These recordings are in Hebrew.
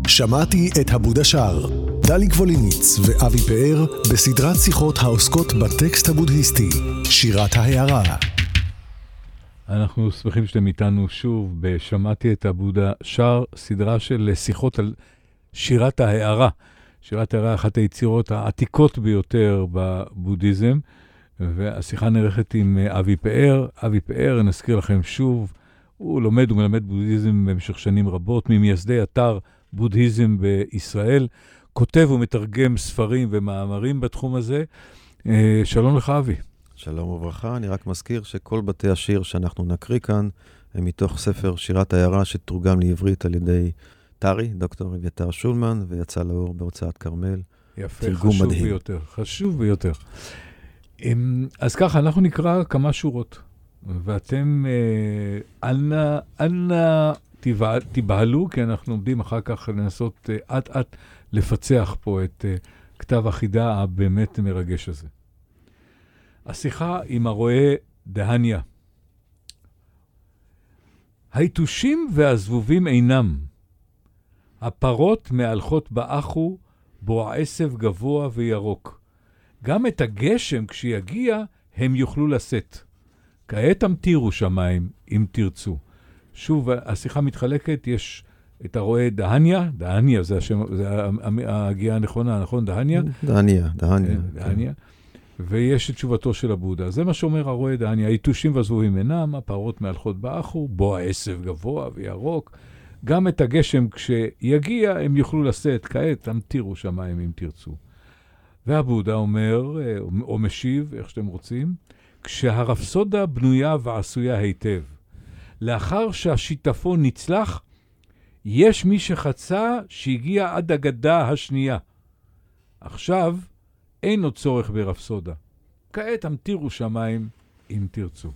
שמעתי את הבודה שר. דלי גבוליניץ ואבי פאר בסדרת שיחות העוסקות בטקסט הבודהיסטי, שירת ההערה. אנחנו שמחים שאתם איתנו שוב בשמעתי את הבודה שר, סדרה של שיחות על שירת ההערה. שירת ההערה, אחת היצירות העתיקות ביותר בבודהיזם, והשיחה נערכת עם אבי פאר. אבי פאר, נזכיר לכם שוב, הוא לומד ומלמד בודהיזם במשך שנים רבות, ממייסדי אתר בודהיזם בישראל, כותב ומתרגם ספרים ומאמרים בתחום הזה. שלום לך, אבי. שלום וברכה, אני רק מזכיר שכל בתי השיר שאנחנו נקריא כאן, הם מתוך ספר שירת ההערה שתורגם לעברית על ידי טרי, דוקטור אביתר שולמן, ויצא לאור בהוצאת כרמל. יפה, חשוב מדהים. ביותר, חשוב ביותר. אז ככה, אנחנו נקרא כמה שורות, ואתם אנא תיבהלו, כי אנחנו עומדים אחר כך לנסות עד לפצח פה את כתב החידה הבאמת מרגש הזה. השיחה עם הרועה דהניה. היתושים והזבובים אינם. הפרות מהלכות באחו, בו העשב גבוה וירוק. גם את הגשם כשיגיע הם יוכלו לשאת. כעת המתירו שמיים אם תרצו. שוב, השיחה מתחלקת, יש את הרועה דהניה, דהניה זה השם, זה ההגיעה הנכונה, נכון? דהניה? דהניה. ויש את תשובתו של הבודה. זה מה שאומר הרועה דהניה, היתושים והזבובים אינם, הפרות מהלכות באחו, בו העשב גבוה וירוק. גם את הגשם כשיגיע הם יוכלו לשאת, כעת המתירו שמיים אם תרצו. והבודה אומר, או משיב, איך שאתם רוצים, כשהרפסודה בנויה ועשויה היטב, לאחר שהשיטפון נצלח, יש מי שחצה שהגיע עד הגדה השנייה. עכשיו אין עוד צורך ברפסודה. כעת המתירו שמיים אם תרצו.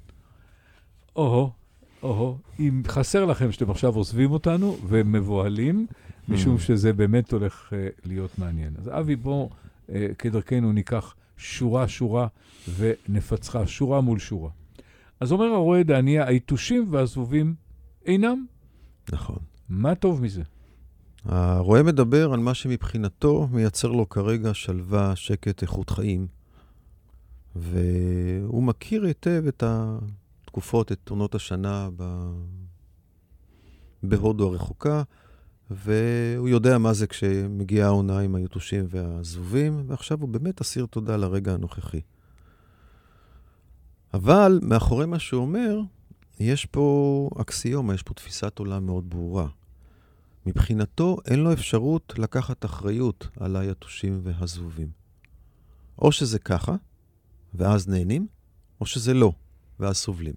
אם חסר לכם שאתם עכשיו עוזבים אותנו ומבוהלים, משום שזה באמת הולך להיות מעניין. אז אבי, בוא כדרכנו ניקח שורה ונפצחה, שורה מול שורה. אז אומר הרועה דהניה, היתושים והזבובים אינם. נכון. מה טוב מזה? הרועה מדבר על מה שמבחינתו מייצר לו כרגע שלווה, שקט, איכות חיים. והוא מכיר היטב את התקופות, את עונות השנה בהודו הרחוקה, והוא יודע מה זה כשמגיעה העונה עם היתושים והזבובים, ועכשיו הוא באמת אסיר תודה לרגע הנוכחי. אבל מאחורי מה שהוא אומר, יש פה אקסיומה, יש פה תפיסת עולם מאוד ברורה. מבחינתו אין לו אפשרות לקחת אחריות על היתושים והזבובים. או שזה ככה, ואז נהנים, או שזה לא, ואז סובלים.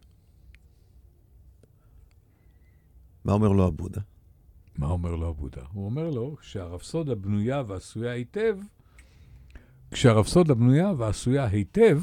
מה אומר לו הבודה? מה אומר לו הבודה? הוא אומר לו, כשהרפסודה בנויה ועשויה היטב,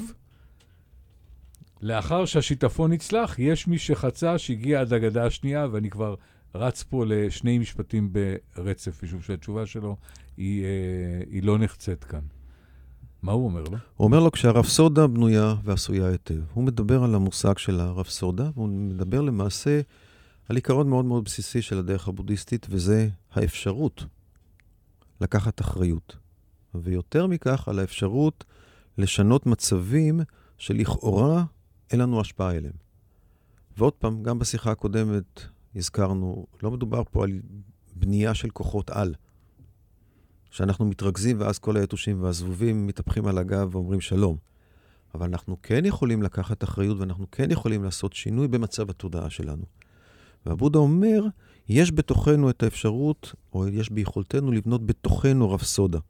לאחר שהשיטפון נצלח, יש מי שחצה שהגיע עד הגדה השנייה, ואני כבר רץ פה לשני משפטים ברצף, משום שהתשובה שלו היא לא נחצת כאן. מה הוא אומר לו? הוא אומר לו, כשהרפסודה בנויה ועשויה היטב. הוא מדבר על המושג של הרפסודה, והוא מדבר למעשה על עיקרון מאוד מאוד בסיסי של הדרך הבודהיסטית, וזה האפשרות לקחת אחריות. ויותר מכך, על האפשרות לשנות מצבים שלכאורה אין לנו השפעה אליהם. ועוד פעם, גם בשיחה הקודמת הזכרנו, לא מדובר פה על בנייה של כוחות על, שאנחנו מתרכזים ואז כל היתושים והזבובים מתהפכים על הגב ואומרים שלום. אבל אנחנו כן יכולים לקחת אחריות ואנחנו כן יכולים לעשות שינוי במצב התודעה שלנו. והבודה אומר, יש בתוכנו את האפשרות, או יש ביכולתנו לבנות בתוכנו רפסודה.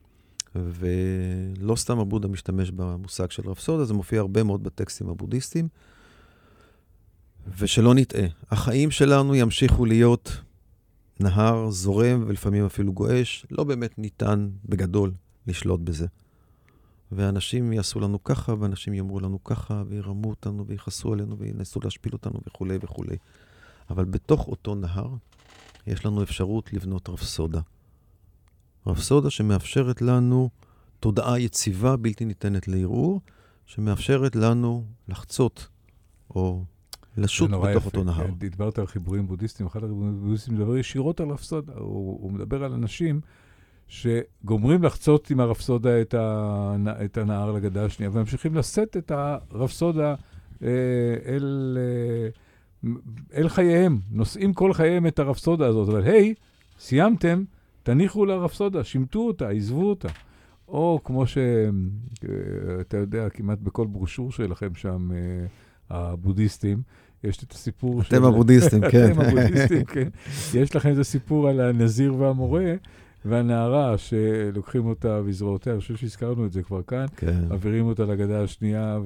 ולא סתם הבודה משתמש במושג של רפסודה, זה מופיע הרבה מאוד בטקסטים הבודהיסטיים. ושלא נטעה, החיים שלנו ימשיכו להיות נהר זורם ולפעמים אפילו גועש, לא באמת ניתן בגדול לשלוט בזה. ואנשים יעשו לנו ככה, ואנשים יאמרו לנו ככה, וירמו אותנו, ויחסו עלינו, וינסו להשפיל אותנו וכו' וכו'. אבל בתוך אותו נהר יש לנו אפשרות לבנות רפסודה. רפסודה שמאפשרת לנו תודעה יציבה בלתי ניתנת לערעור, שמאפשרת לנו לחצות או לשוט בתוך אותו נהר. דיברת על חיבורים בודהיסטים, אחד החיבורים בודהיסטים מדבר ישירות על רפסודה. הוא מדבר על אנשים שגומרים לחצות עם הרפסודה את הנהר לגדה השנייה, וממשיכים לשאת את הרפסודה אל חייהם. נושאים כל חייהם את הרפסודה הזאת, אבל היי, סיימתם, תניחו לרפסודה, שימתו אותה, עזבו אותה. או כמו שאתה יודע, כמעט בכל ברושור שלכם שם, הבודהיסטים, יש את הסיפור אתם הבודהיסטים, כן. אתם הבודהיסטים, כן. יש לכם את הסיפור על הנזיר והמורה, והנערה שלוקחים אותה וזרועותיה, אני חושב שהזכרנו את זה כבר כאן, מעבירים אותה לגדה השנייה,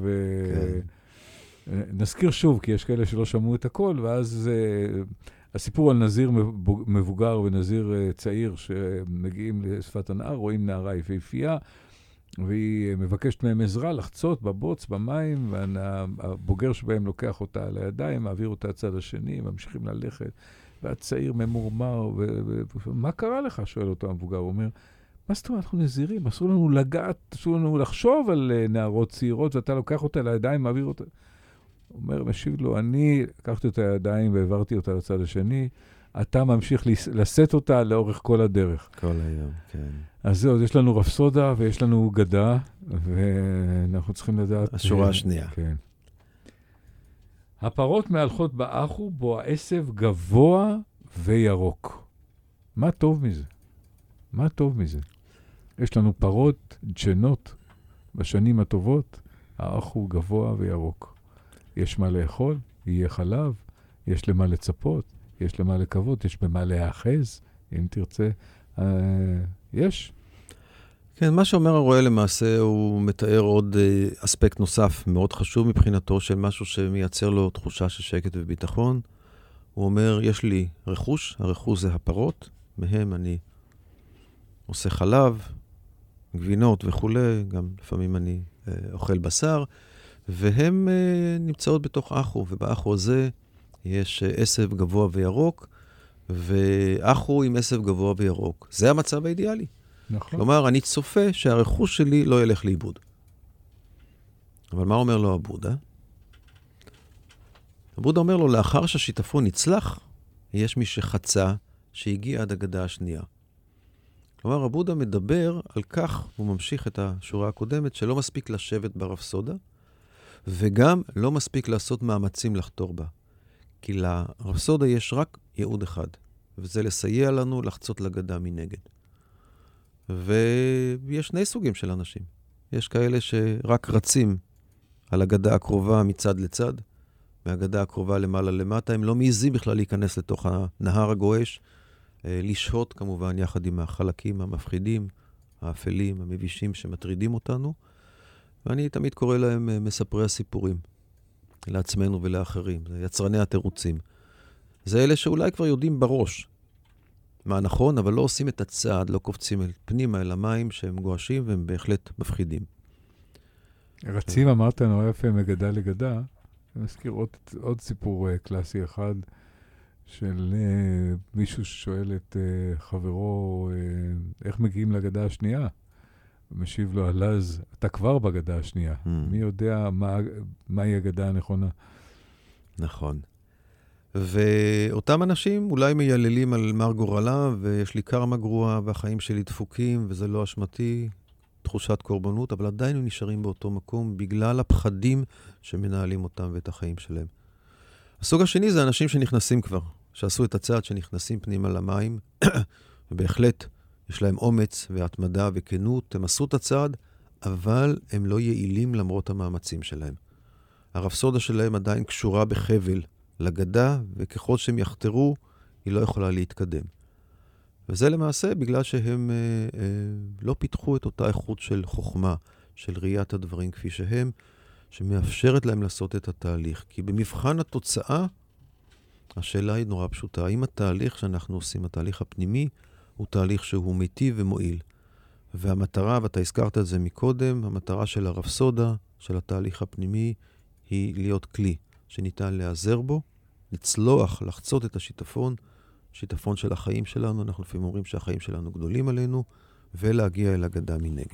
ונזכיר שוב, כי יש כאלה שלא שמעו את הכל, ואז הסיפור על נזיר מבוגר ונזיר צעיר שמגיעים לשפת הנהר, רואים נערה יפהפייה, והיא מבקשת מהם עזרה לחצות בבוץ, במים, והבוגר שבהם לוקח אותה על הידיים, מעביר אותה הצד השני, ממשיכים ללכת, והצעיר ממורמר, מה קרה לך? שואל אותו המבוגר, הוא אומר, מה זאת אומרת, אנחנו נזירים, אסור לנו לגעת, אסור לנו לחשוב על נערות צעירות, ואתה לוקח אותה לידיים, מעביר אותה. הוא אומר, משיב לו, אני לקחתי אותה לידיים והעברתי אותה לצד השני, אתה ממשיך לשאת אותה לאורך כל הדרך. כל היום, כן. אז זהו, יש לנו רפסודה ויש לנו גדה, ואנחנו צריכים לדעת... השורה השנייה. כן. הפרות מהלכות באחו, בו העשב גבוה וירוק. מה טוב מזה? מה טוב מזה? יש לנו פרות דשנות בשנים הטובות, האחו גבוה וירוק. יש מה לאכול, יהיה חלב, יש למה לצפות, יש למה לקוות, יש במה להאחז, אם תרצה, יש. כן, מה שאומר הרועה למעשה, הוא מתאר עוד אספקט נוסף מאוד חשוב מבחינתו, של משהו שמייצר לו תחושה של שקט וביטחון. הוא אומר, יש לי רכוש, הרכוש זה הפרות, מהם אני עושה חלב, גבינות וכו', גם לפעמים אני אוכל בשר, והם נמצאות בתוך אחו, ובאחו הזה יש עשב גבוה וירוק, ואחו עם עשב גבוה וירוק. זה המצב האידיאלי. נכון. כלומר, אני צופה שהרכוש שלי לא ילך לאיבוד. אבל מה אומר לו הבודה? הבודה אומר לו, לאחר שהשיטפון נצלח, יש מי שחצה שהגיע עד הגדה השנייה. כלומר, הבודה מדבר על כך, הוא ממשיך את השורה הקודמת, שלא מספיק לשבת ברפסודה, וגם לא מספיק לעשות מאמצים לחתור בה. כי לרפסודה יש רק ייעוד אחד, וזה לסייע לנו לחצות לגדה מנגד. ויש שני סוגים של אנשים. יש כאלה שרק רצים על הגדה הקרובה מצד לצד, מהגדה הקרובה למעלה למטה, הם לא מעיזים בכלל להיכנס לתוך הנהר הגועש, לשהות כמובן יחד עם החלקים המפחידים, האפלים, המבישים שמטרידים אותנו, ואני תמיד קורא להם מספרי הסיפורים, לעצמנו ולאחרים, זה יצרני התירוצים. זה אלה שאולי כבר יודעים בראש מה נכון, אבל לא עושים את הצעד, לא קופצים אל פנימה אל המים שהם גועשים והם בהחלט מפחידים. רצים, אמרת, נורא יפה מגדה לגדה. אני מזכיר עוד סיפור קלאסי אחד, של מישהו ששואל את חברו, איך מגיעים לגדה השנייה? ומשיב לו, אלאז, אתה כבר בגדה השנייה. מי יודע מהי הגדה הנכונה? נכון. ואותם אנשים אולי מייללים על מר גורלה, ויש לי קרמה גרועה, והחיים שלי דפוקים, וזה לא אשמתי, תחושת קורבנות, אבל עדיין הם נשארים באותו מקום, בגלל הפחדים שמנהלים אותם ואת החיים שלהם. הסוג השני זה אנשים שנכנסים כבר, שעשו את הצעד שנכנסים פנימה למים, ובהחלט יש להם אומץ והתמדה וכנות, הם עשו את הצעד, אבל הם לא יעילים למרות המאמצים שלהם. הרפסודה שלהם עדיין קשורה בחבל לגדה, וככל שהם יחתרו, היא לא יכולה להתקדם. וזה למעשה בגלל שהם לא פיתחו את אותה איכות של חוכמה, של ראיית הדברים כפי שהם, שמאפשרת להם לעשות את התהליך. כי במבחן התוצאה, השאלה היא נורא פשוטה. האם התהליך שאנחנו עושים, התהליך הפנימי, הוא תהליך שהוא מיטיב ומועיל. והמטרה, ואתה הזכרת את זה מקודם, המטרה של הרפסודה, של התהליך הפנימי, היא להיות כלי שניתן להיעזר בו, לצלוח, לחצות את השיטפון, שיטפון של החיים שלנו, אנחנו לפעמים אומרים שהחיים שלנו גדולים עלינו, ולהגיע אל הגדה מנגד.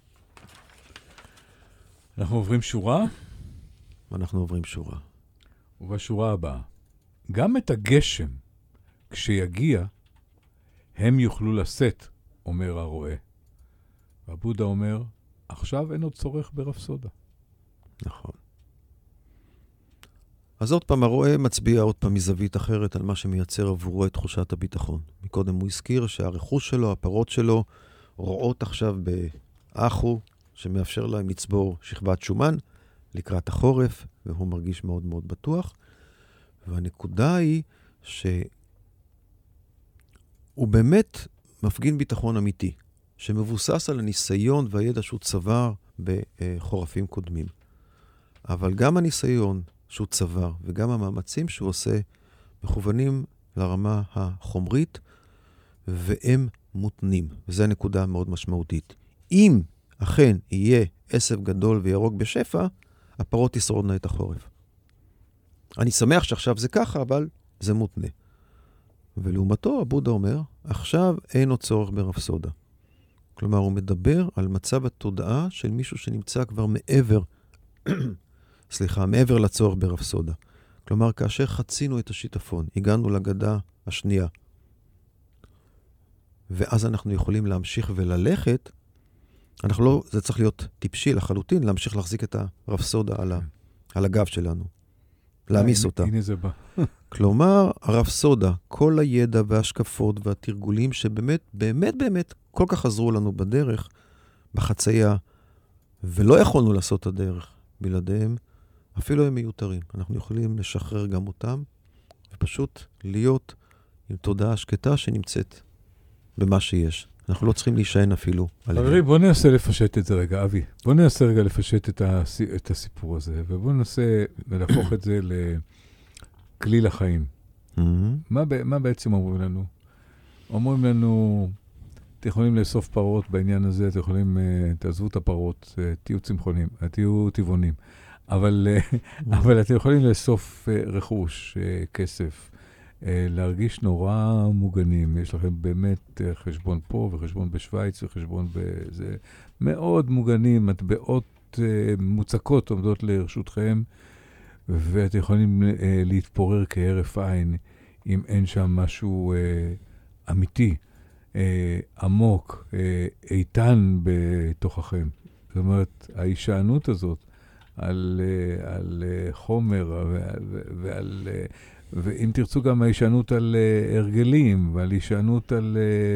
אנחנו עוברים שורה? אנחנו עוברים שורה. ובשורה הבאה, גם את הגשם, כשיגיע, הם יוכלו לשאת, אומר הרועה. והבודה אומר, עכשיו אין עוד צורך ברפסודה. נכון. אז עוד פעם, הרועה מצביע עוד פעם מזווית אחרת על מה שמייצר עבורו את תחושת הביטחון. מקודם הוא הזכיר שהרכוש שלו, הפרות שלו, רועות עכשיו באחו, שמאפשר להם לצבור שכבת שומן לקראת החורף, והוא מרגיש מאוד מאוד בטוח. והנקודה היא שהוא באמת מפגין ביטחון אמיתי, שמבוסס על הניסיון והידע שהוא צבר בחורפים קודמים. אבל גם הניסיון שהוא צבר וגם המאמצים שהוא עושה מכוונים לרמה החומרית, והם מותנים. וזו נקודה מאוד משמעותית. אם אכן יהיה עשב גדול וירוק בשפע, הפרות תשרודנה את החורף. אני שמח שעכשיו זה ככה, אבל זה מותנה. ולעומתו, הבודה אומר, עכשיו אין עוד צורך ברפסודה. כלומר, הוא מדבר על מצב התודעה של מישהו שנמצא כבר מעבר לצורך ברפסודה. כלומר, כאשר חצינו את השיטפון, הגענו לגדה השנייה, ואז אנחנו יכולים להמשיך וללכת, זה צריך להיות טיפשי לחלוטין, להמשיך להחזיק את הרפסודה על הגב שלנו. להמיס אותה. הנה זה בא. כלומר, הרפסודה, כל הידע והשקפות והתרגולים שבאמת, באמת, באמת, כל כך עזרו לנו בדרך, בחצייה, ולא יכולנו לעשות את הדרך בלעדיהם, אפילו הם מיותרים. אנחנו יכולים לשחרר גם אותם, ופשוט להיות עם תודעה שקטה שנמצאת במה שיש. אנחנו לא צריכים להישען אפילו עליהם. חברים, בוא ננסה לפשט את זה רגע, אבי. בוא ננסה רגע לפשט את הסיפור הזה, ובוא ננסה להפוך את זה לכלי לחיים. מה בעצם אומרים לנו? אומרים לנו, אתם יכולים לאסוף פרות בעניין הזה, אתם יכולים, תעזבו את הפרות, תהיו צמחונים, תהיו טבעונים. אבל אתם יכולים לאסוף רכוש, כסף, להרגיש נורא מוגנים. יש לכם באמת חשבון פה וחשבון בשוויץ וחשבון בזה. מאוד מוגנים, מטבעות מוצקות עומדות לרשותכם, ואתם יכולים להתפורר כהרף עין, אם אין שם משהו אמיתי, עמוק, איתן בתוככם. זאת אומרת, ההישענות הזאת על חומר ואם תרצו גם ההישענות על הרגלים, ועל הישענות על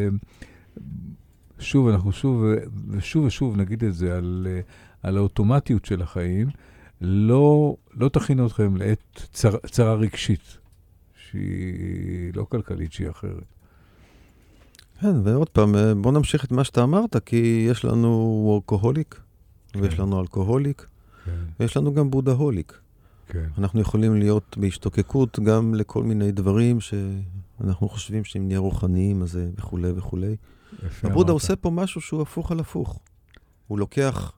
אנחנו שוב נגיד את זה, על האוטומטיות של החיים, לא תכינו אתכם לעת צרה רגשית, שהיא לא כלכלית, שהיא אחרת. כן, ועוד פעם, בוא נמשיך את מה שאתה אמרת, כי יש לנו וורקוהוליק, ויש לנו אלכוהוליק, ויש לנו גם בודהוליק. כן. אנחנו יכולים להיות בהשתוקקות גם לכל מיני דברים שאנחנו חושבים שהם נהיה רוחניים, אז וכו' וכו'. הבודה עושה פה משהו שהוא הפוך על הפוך. הוא לוקח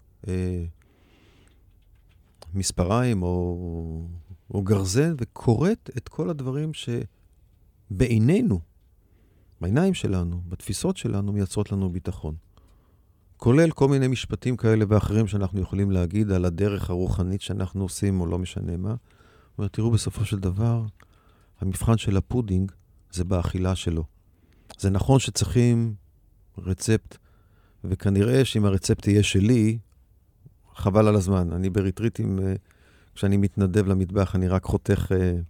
מספריים או גרזן וקורט את כל הדברים שבעינינו, בעיניים שלנו, בתפיסות שלנו, מייצרות לנו ביטחון. כולל כל מיני משפטים כאלה ואחרים שאנחנו יכולים להגיד על הדרך הרוחנית שאנחנו עושים, או לא משנה מה. אבל תראו, בסופו של דבר, המבחן של הפודינג זה באכילה שלו. זה נכון שצריכים רצפט, וכנראה שאם הרצפט יהיה שלי, חבל על הזמן. אני בריטריטים, כשאני מתנדב למטבח, אני רק חותך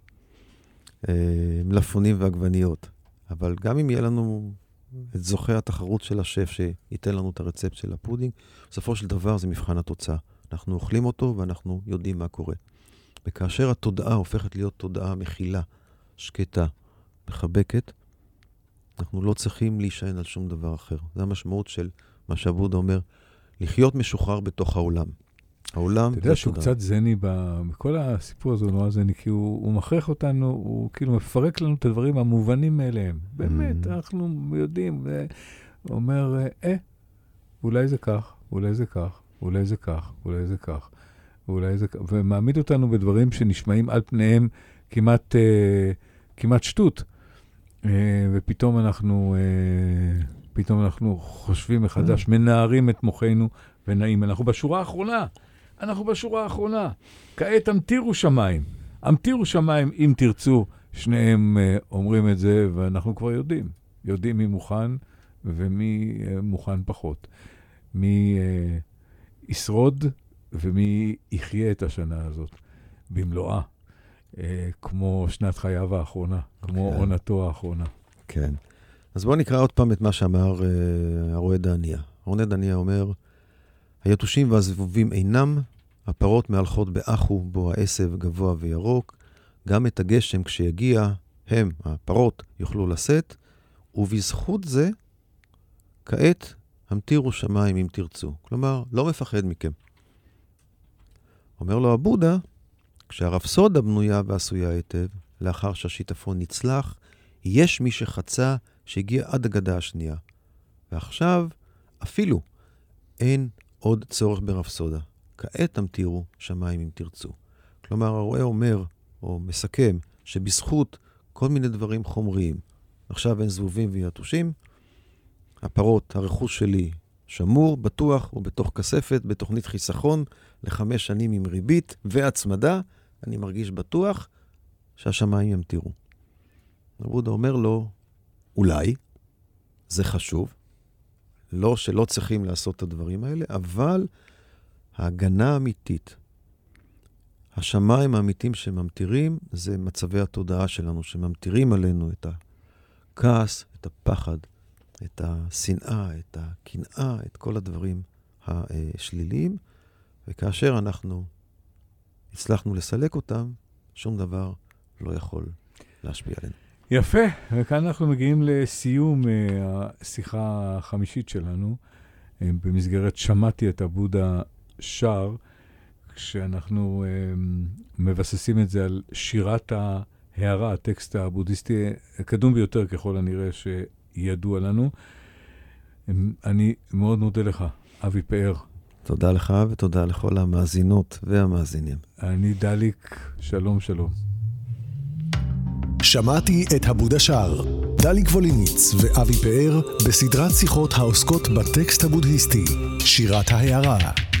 מלפונים ועגבניות. אבל גם אם יהיה לנו את זוכה התחרות של השף שייתן לנו את הרצפט של הפודינג, בסופו של דבר זה מבחן התוצאה. אנחנו אוכלים אותו ואנחנו יודעים מה קורה. וכאשר התודעה הופכת להיות תודעה מכילה, שקטה, מחבקת, אנחנו לא צריכים להישען על שום דבר אחר. זה המשמעות של מה שהבודה אומר, לחיות משוחרר בתוך העולם. העולם אתה יודע שהוא קצת זני, בכל הסיפור הזה הוא נורא זני, כי הוא מכריח אותנו, הוא כאילו מפרק לנו את הדברים המובנים מאליהם. באמת, אנחנו יודעים, הוא אומר, אולי זה כך, אולי זה כך, אולי זה כך, אולי זה כך, אולי זה כך, ומעמיד אותנו בדברים שנשמעים על פניהם כמעט שטות. ופתאום אנחנו חושבים מחדש, מנערים את מוחנו ונעים. אנחנו בשורה האחרונה. כעת תמטירו שמיים. המטירו שמיים, אם תרצו, שניהם אומרים את זה, ואנחנו כבר יודעים מי מוכן ומי מוכן פחות. מי ישרוד ומי יחיה את השנה הזאת במלואה, כמו שנת חייו האחרונה, כמו עונתו האחרונה. כן. אז בואו נקרא עוד פעם את מה שאמר הרועה דניה. הרועה דניה אומר, היתושים והזבובים אינם, הפרות מהלכות באחו בו העשב גבוה וירוק, גם את הגשם כשיגיע, הם, הפרות, יוכלו לשאת, ובזכות זה, כעת המטירו שמיים אם תרצו. כלומר, לא מפחד מכם. אומר לו הבודה, כשהרפסודה בנויה ועשויה היטב, לאחר שהשיטפון נצלח, יש מי שחצה שהגיע עד הגדה השנייה. ועכשיו, אפילו, אין עוד צורך ברפסודה. כעת תמטירו שמיים אם תרצו. כלומר, הרועה אומר, או מסכם, שבזכות כל מיני דברים חומריים, עכשיו אין זבובים ויתושים, הפרות, הרכוש שלי שמור, בטוח ובתוך כספת, בתוכנית חיסכון, ל5 שנים עם ריבית והצמדה, אני מרגיש בטוח שהשמיים ימטירו. הבודה אומר לו, אולי, זה חשוב, לא שלא צריכים לעשות את הדברים האלה, אבל ההגנה האמיתית, השמיים האמיתיים שממטירים, זה מצבי התודעה שלנו, שממטירים עלינו את הכעס, את הפחד, את השנאה, את הקנאה, את כל הדברים השליליים, וכאשר אנחנו הצלחנו לסלק אותם, שום דבר לא יכול להשפיע עלינו. יפה, וכאן אנחנו מגיעים לסיום השיחה החמישית שלנו, במסגרת שמעתי את הבודה שר, כשאנחנו מבססים את זה על שירת ההערה, הטקסט הבודהיסטי הקדום ביותר ככל הנראה שידוע לנו. אני מאוד מודה לך, אבי פאר. תודה לך ותודה לכל המאזינות והמאזינים. אני דליק, שלום שלום. שמעתי את הבודה שר. דליק ווליניץ ואבי פאר בסדרת שיחות העוסקות בטקסט הבודהיסטי, שירת ההערה.